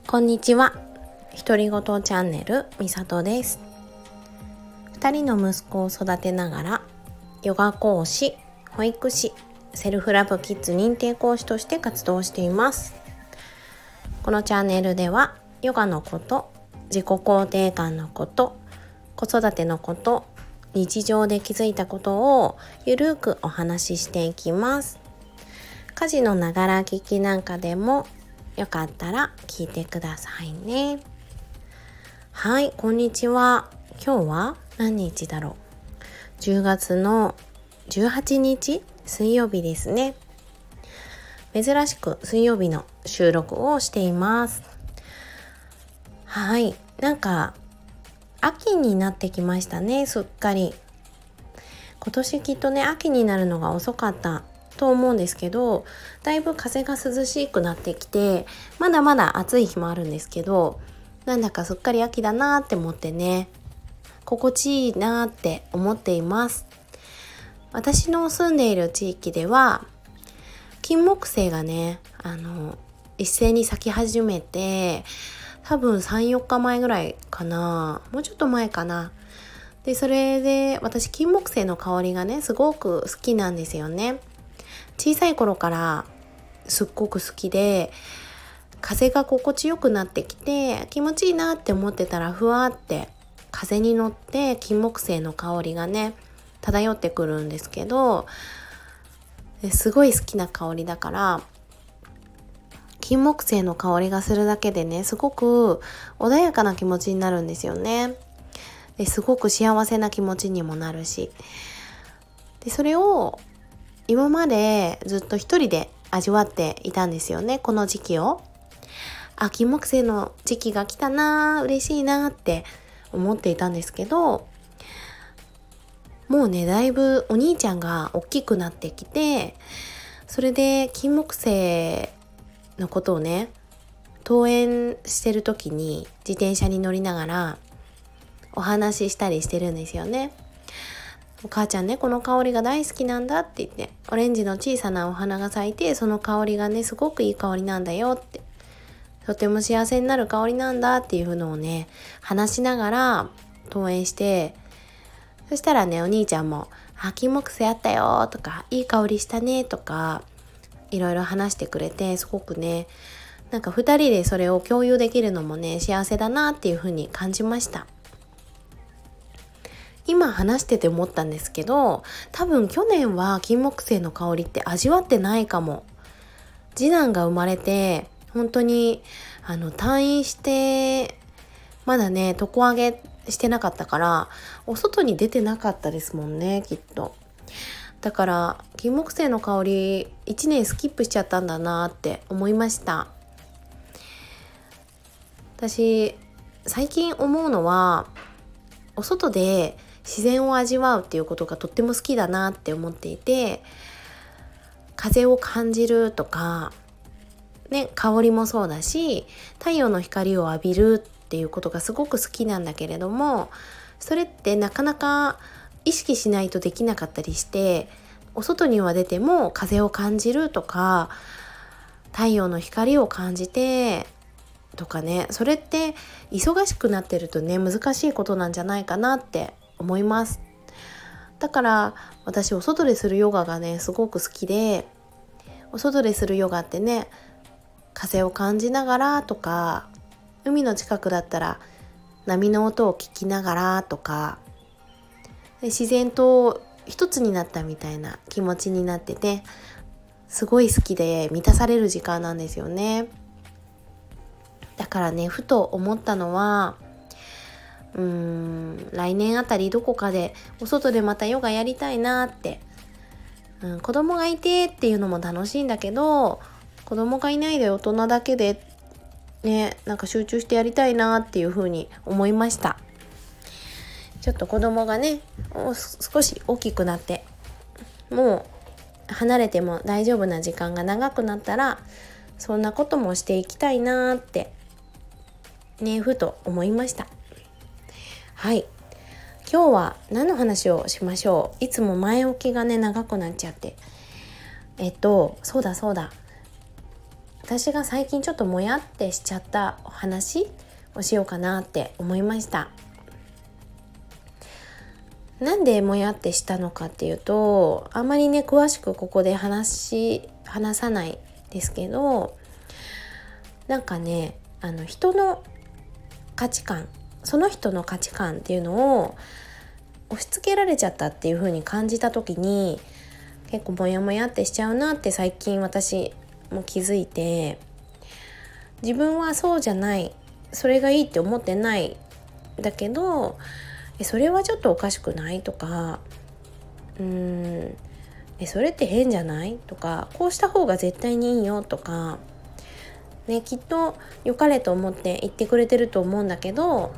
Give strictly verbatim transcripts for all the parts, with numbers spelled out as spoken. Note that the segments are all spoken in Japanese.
こんにちは。独り言チャンネルみさとです。二人の息子を育てながらヨガ講師、保育士、セルフラブキッズ認定講師として活動しています。このチャンネルではヨガのこと、自己肯定感のこと、子育てのこと、日常で気づいたことをゆるくお話ししていきます。家事のながら聞きなんかでもよかったら聞いてくださいね。はい、こんにちは。今日は何日だろう。じゅうがつのじゅうはちにち水曜日ですね。珍しく水曜日の収録をしています。はい、なんか秋になってきましたね。すっかり今年きっとね秋になるのが遅かったと思うんですけど、だいぶ風が涼しくなってきて、まだまだ暑い日もあるんですけど、なんだかすっかり秋だなって思ってね、心地いいなって思っています。私の住んでいる地域では金木犀がねあの一斉に咲き始めて、多分 さん,よっかまえぐらいかな、もうちょっと前かな。でそれで私金木犀の香りがねすごく好きなんですよね。小さい頃からすっごく好きで、風が心地よくなってきて気持ちいいなって思ってたら、ふわって風に乗って金木犀の香りがね漂ってくるんですけど、すごい好きな香りだから、金木犀の香りがするだけでねすごく穏やかな気持ちになるんですよね。ですごく幸せな気持ちにもなるし、でそれを今までずっと一人で味わっていたんですよね。この時期をあ金木犀の時期が来たな、嬉しいなって思っていたんですけど、もうねだいぶお兄ちゃんが大きくなってきて、それで金木犀のことをね登園してる時に自転車に乗りながらお話ししたりしてるんですよね。お母ちゃんねこの香りが大好きなんだって言って、オレンジの小さなお花が咲いて、その香りがねすごくいい香りなんだよって、とても幸せになる香りなんだっていうのをね話しながら登園して、そしたらねお兄ちゃんもあ金木犀あったよとか、いい香りしたねとかいろいろ話してくれて、すごくねなんかふたりでそれを共有できるのもね幸せだなっていうふうに感じました。今話してて思ったんですけど、多分去年は金木犀の香りって味わってないかも。次男が生まれて本当にあの退院してまだね床上げしてなかったから、お外に出てなかったですもんねきっと。だから金木犀の香りいちねんスキップしちゃったんだなって思いました。私最近思うのは、お外で自然を味わうっていうことがとっても好きだなって思っていて、風を感じるとかね、香りもそうだし、太陽の光を浴びるっていうことがすごく好きなんだけれども、それってなかなか意識しないとできなかったりして、お外には出ても風を感じるとか太陽の光を感じてとかね、それって忙しくなってるとね難しいことなんじゃないかなって思います。だから私お外でするヨガがねすごく好きで、お外でするヨガってね風を感じながらとか、海の近くだったら波の音を聞きながらとか、で自然と一つになったみたいな気持ちになってて、すごい好きで満たされる時間なんですよね。だからねふと思ったのは、うーん来年あたりどこかでお外でまたヨガやりたいなって、うん、子供がいてっていうのも楽しいんだけど、子供がいないで大人だけでねなんか集中してやりたいなっていう風に思いました。ちょっと子供がね少し大きくなって、もう離れても大丈夫な時間が長くなったら、そんなこともしていきたいなってねふと思いました。はい、今日は何の話をしましょう。いつも前置きがね長くなっちゃって、えっとそうだそうだ私が最近ちょっともやってしちゃったお話をしようかなって思いました。なんでもやってしたのかっていうと、あんまりね詳しくここで話し話さないですけど、なんかねあの人の価値観その人の価値観っていうのを押し付けられちゃったっていう風に感じた時に、結構モヤモヤってしちゃうなって最近私も気づいて、自分はそうじゃない、それがいいって思ってないだけど、えそれはちょっとおかしくないとか、うーんえそれって変じゃないとか、こうした方が絶対にいいよとかね、きっと良かれと思って言ってくれてると思うんだけど、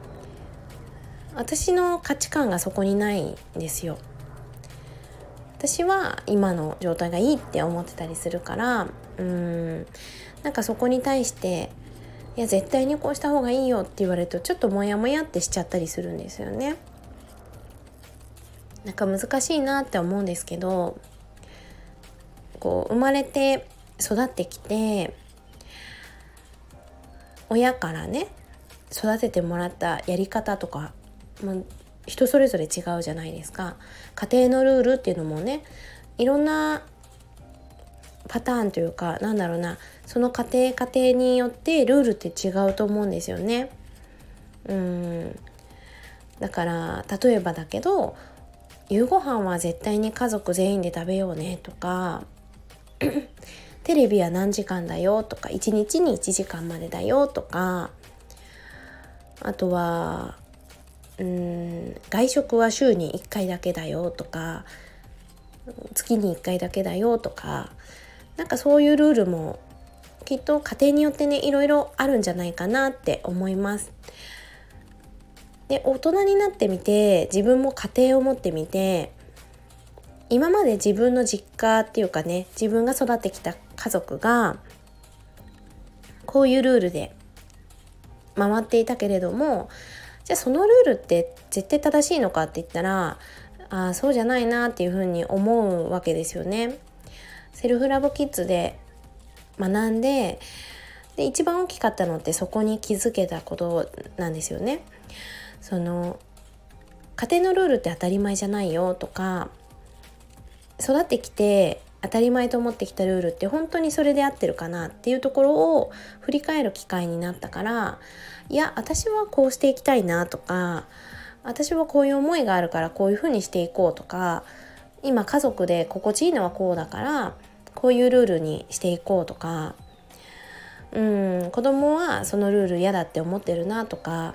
私の価値観がそこにないんですよ。私は今の状態がいいって思ってたりするから、うーんなんかそこに対していや絶対にこうした方がいいよって言われるとちょっとモヤモヤってしちゃったりするんですよね。なんか難しいなって思うんですけど、こう生まれて育ってきて親からね育ててもらったやり方とか、まあ、人それぞれ違うじゃないですか。家庭のルールっていうのもね、いろんなパターンというか、なんだろうな、その家庭家庭によってルールって違うと思うんですよね。うーんだから例えばだけど、夕ご飯は絶対に家族全員で食べようねとかテレビは何時間だよとか、いちにちにいちじかんまでだよとか、あとはうーん外食は週にいっかいだけだよとか、月にいっかいだけだよとか、なんかそういうルールもきっと家庭によってねいろいろあるんじゃないかなって思います。で、大人になってみて、自分も家庭を持ってみて、今まで自分の実家っていうかね、自分が育ってきた家族がこういうルールで回っていたけれども、じゃあそのルールって絶対正しいのかって言ったら、あそうじゃないなっていうふうに思うわけですよね。セルフラブキッズで学んで、で一番大きかったのってそこに気づけたことなんですよね。その家庭のルールって当たり前じゃないよとか、育ってきて当たり前と思ってきたルールって本当にそれで合ってるかなっていうところを振り返る機会になったから、いや私はこうしていきたいなとか、私はこういう思いがあるからこういうふうにしていこうとか、今家族で心地いいのはこうだからこういうルールにしていこうとか、うん子供はそのルール嫌だって思ってるなとか、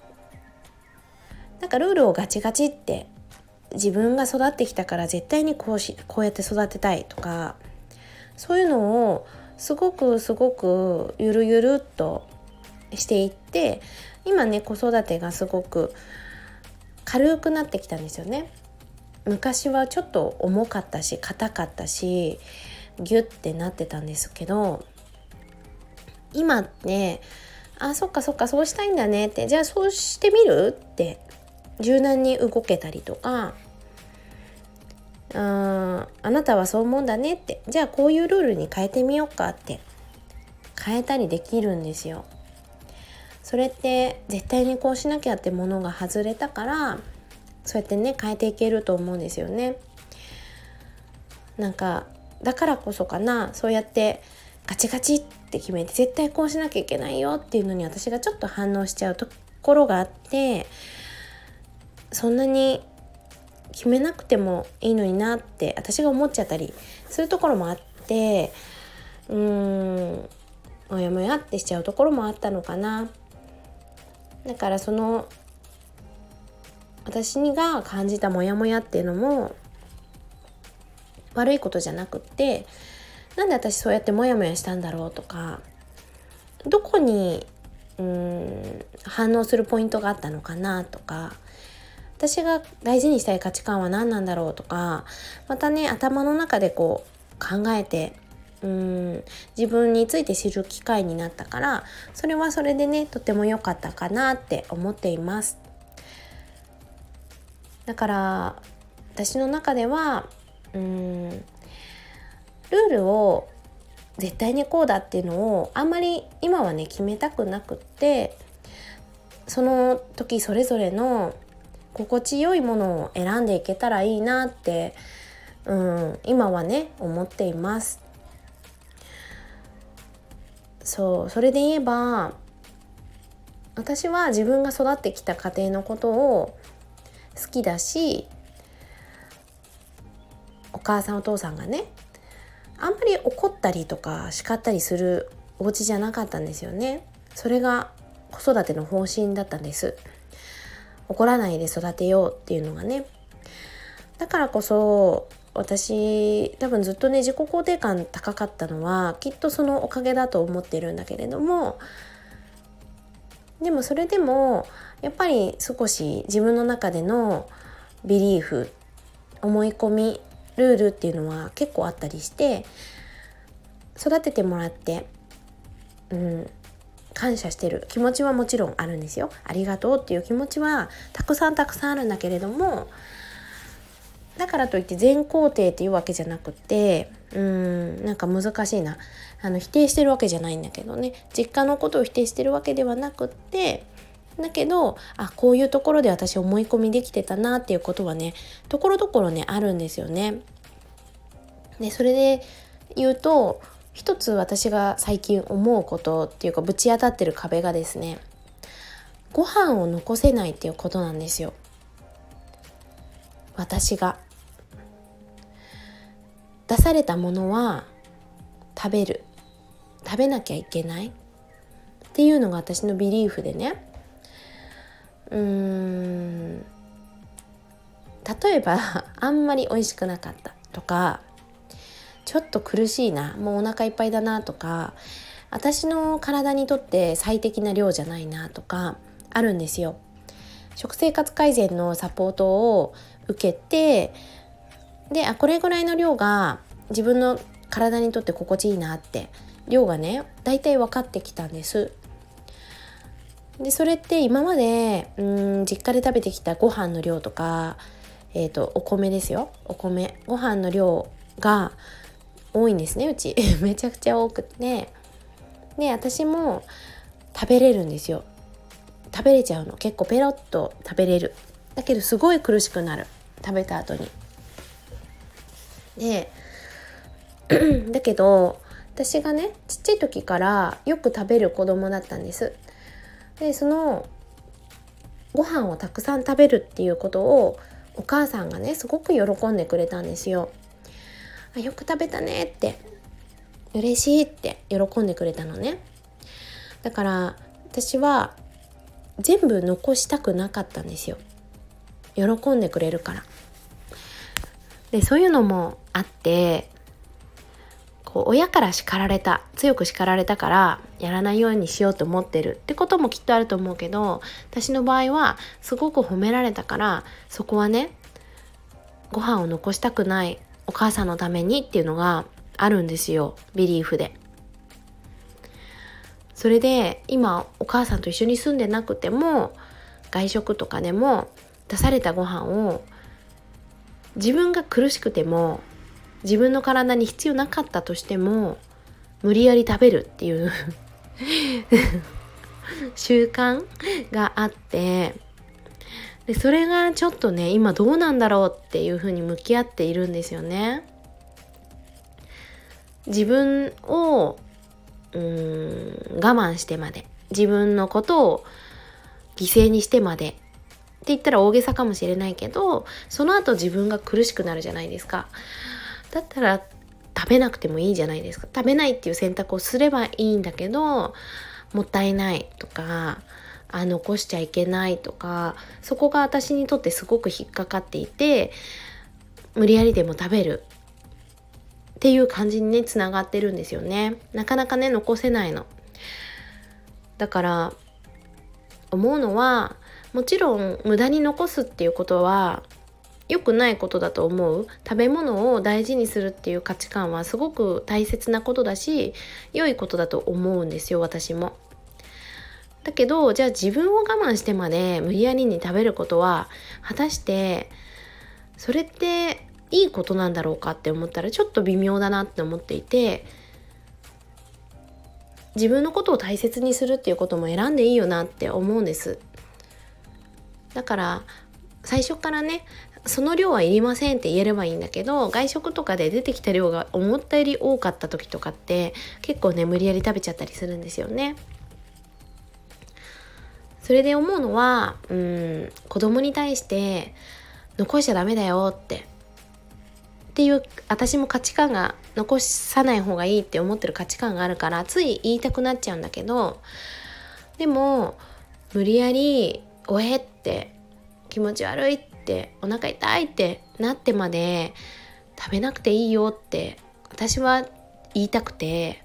なんかルールをガチガチって自分が育ってきたから絶対にこうしこうやって育てたいとか、そういうのをすごくすごくゆるゆるっとしていって、今ね子育てがすごく軽くなってきたんですよね。昔はちょっと重かったし硬かったしギュッてなってたんですけど、今ってあそっかそっかそうしたいんだねって、じゃあそうしてみるって柔軟に動けたりとか、ああなたはそう思うんだねって、じゃあこういうルールに変えてみようかって変えたりできるんですよ。それって絶対にこうしなきゃってものが外れたから、そうやってね変えていけると思うんですよね。なんかだからこそかな、そうやってガチガチって決めて絶対こうしなきゃいけないよっていうのに私がちょっと反応しちゃうところがあって、そんなに決めなくてもいいのになって私が思っちゃったりするところもあって、うーんもやもやってしちゃうところもあったのかな。だからその私が感じたモヤモヤっていうのも悪いことじゃなくって、なんで私そうやってモヤモヤしたんだろうとか、どこにうーん反応するポイントがあったのかなとか、私が大事にしたい価値観は何なんだろうとか、またね頭の中でこう考えてうーん自分について知る機会になったから、それはそれでねとても良かったかなって思っています。だから私の中ではうーんルールを絶対にこうだっていうのをあんまり今はね決めたくなくって、その時それぞれの心地よいものを選んでいけたらいいなって、うん、今はね思っています。そうそれで言えば、私は自分が育ってきた家庭のことを好きだし、お母さんお父さんがねあんまり怒ったりとか叱ったりするお家じゃなかったんですよね。それが子育ての方針だったんです。怒らないで育てようっていうのがね。だからこそ私多分ずっとね自己肯定感高かったのはきっとそのおかげだと思ってるんだけれども、でもそれでもやっぱり少し自分の中でのビリーフ、思い込み、ルールっていうのは結構あったりして、育ててもらって、うん、感謝してる気持ちはもちろんあるんですよ。ありがとうっていう気持ちはたくさんたくさんあるんだけれども、だからといって全肯定っていうわけじゃなくて、うーんなんか難しいな、あの否定してるわけじゃないんだけどね、実家のことを否定してるわけではなくって、だけどあこういうところで私思い込みできてたなっていうことはねところどころねあるんですよね。でそれで言うと、一つ私が最近思うことっていうかぶち当たってる壁がですね、ご飯を残せないっていうことなんですよ。私が出されたものは食べる、食べなきゃいけないっていうのが私のビリーフでね、うーん例えばあんまり美味しくなかったとか、ちょっと苦しいな、もうお腹いっぱいだなとか、私の体にとって最適な量じゃないなとかあるんですよ。食生活改善のサポートを受けて、であこれぐらいの量が自分の体にとって心地いいなって量がねだいたい分かってきたんです。でそれって今までうーん実家で食べてきたご飯の量とか、えーと、お米ですよ、お米ご飯の量が多いんですね、うちめちゃくちゃ多くて、で私も食べれるんですよ。食べれちゃうの、結構ペロッと食べれる。だけどすごい苦しくなる、食べた後に。でだけど私がねちっちゃい時からよく食べる子供だったんです。でそのご飯をたくさん食べるっていうことをお母さんがねすごく喜んでくれたんですよ。あよく食べたねって、嬉しいって喜んでくれたのね。だから私は全部残したくなかったんですよ、喜んでくれるから。でそういうのもあって、こう親から叱られた、強く叱られたからやらないようにしようと思ってるってこともきっとあると思うけど、私の場合はすごく褒められたから、そこはねご飯を残したくない、お母さんのためにっていうのがあるんですよ、ビリーフで。それで今お母さんと一緒に住んでなくても、外食とかでも出されたご飯を自分が苦しくても、自分の体に必要なかったとしても無理やり食べるっていう習慣があって、でそれがちょっとね今どうなんだろうっていうふうに向き合っているんですよね。自分をうーん我慢してまで、自分のことを犠牲にしてまでって言ったら大げさかもしれないけど、その後自分が苦しくなるじゃないですか。だったら食べなくてもいいじゃないですか。食べないっていう選択をすればいいんだけど、もったいないとかあ残しちゃいけないとか、そこが私にとってすごく引っかかっていて、無理やりでも食べるっていう感じにねつながってるんですよね。なかなかね残せないの。だから思うのは、もちろん無駄に残すっていうことは良くないことだと思う。食べ物を大事にするっていう価値観はすごく大切なことだし、良いことだと思うんですよ、私も。だけどじゃあ自分を我慢してまで無理やりに食べることは果たしてそれっていいことなんだろうかって思ったらちょっと微妙だなって思っていて、 自分のことを大切にするっていうことも選んでいいよなって思うんです。だから最初からね、その量はいりませんって言えればいいんだけど、外食とかで出てきた量が思ったより多かった時とかって結構ね無理やり食べちゃったりするんですよね。それで思うのは、うん、子供に対して残しちゃダメだよってっていう私も価値観が、残さない方がいいって思ってる価値観があるからつい言いたくなっちゃうんだけど、でも無理やりおえって気持ち悪いってお腹痛いってなってまで食べなくていいよって私は言いたくて、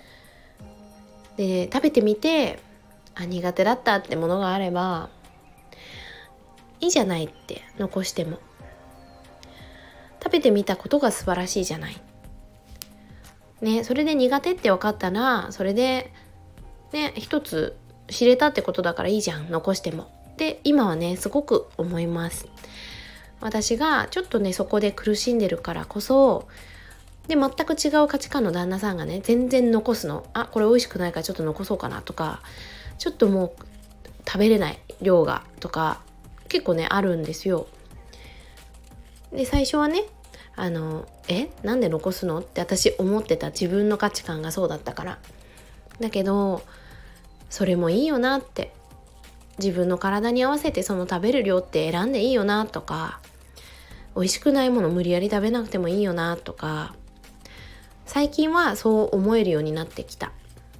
で食べてみてあ苦手だったってものがあればいいじゃないって、残しても食べてみたことが素晴らしいじゃないね。それで苦手って分かったらそれでね一つ知れたってことだからいいじゃん、残してもで今はねすごく思います。私がちょっとねそこで苦しんでるからこそ、で全く違う価値観の旦那さんがね全然残すの、あこれ美味しくないからちょっと残そうかなとか、ちょっともう食べれない量がとか結構ねあるんですよ。で最初はねあのえなんで残すのって私思ってた、自分の価値観がそうだったから。だけどそれもいいよなって、自分の体に合わせてその食べる量って選んでいいよなとか、美味しくないもの無理やり食べなくてもいいよなとか、最近はそう思えるようになってきた。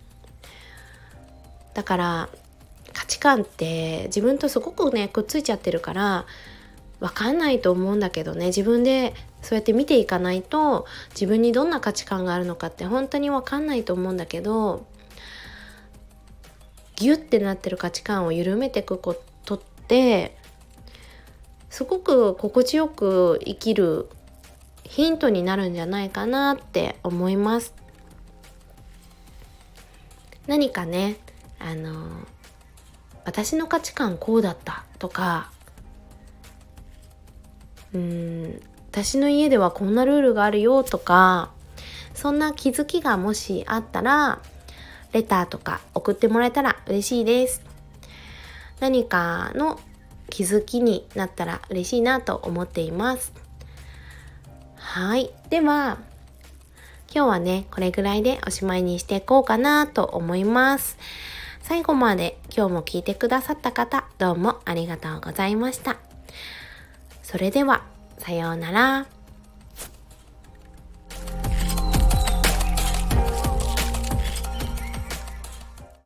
だから価値観って自分とすごくねくっついちゃってるから分かんないと思うんだけどね、自分でそうやって見ていかないと自分にどんな価値観があるのかって本当に分かんないと思うんだけど、ギュッてなってる価値観を緩めていくことってすごく心地よく生きるヒントになるんじゃないかなって思います。何かねあの私の価値観こうだったとか、うーん私の家ではこんなルールがあるよとか、そんな気づきがもしあったらレターとか送ってもらえたら嬉しいです。何かの気づきになったら嬉しいなと思っています。はい、では今日はねこれぐらいでおしまいにしていこうかなと思います。最後まで今日も聞いてくださった方どうもありがとうございました。それではさようなら。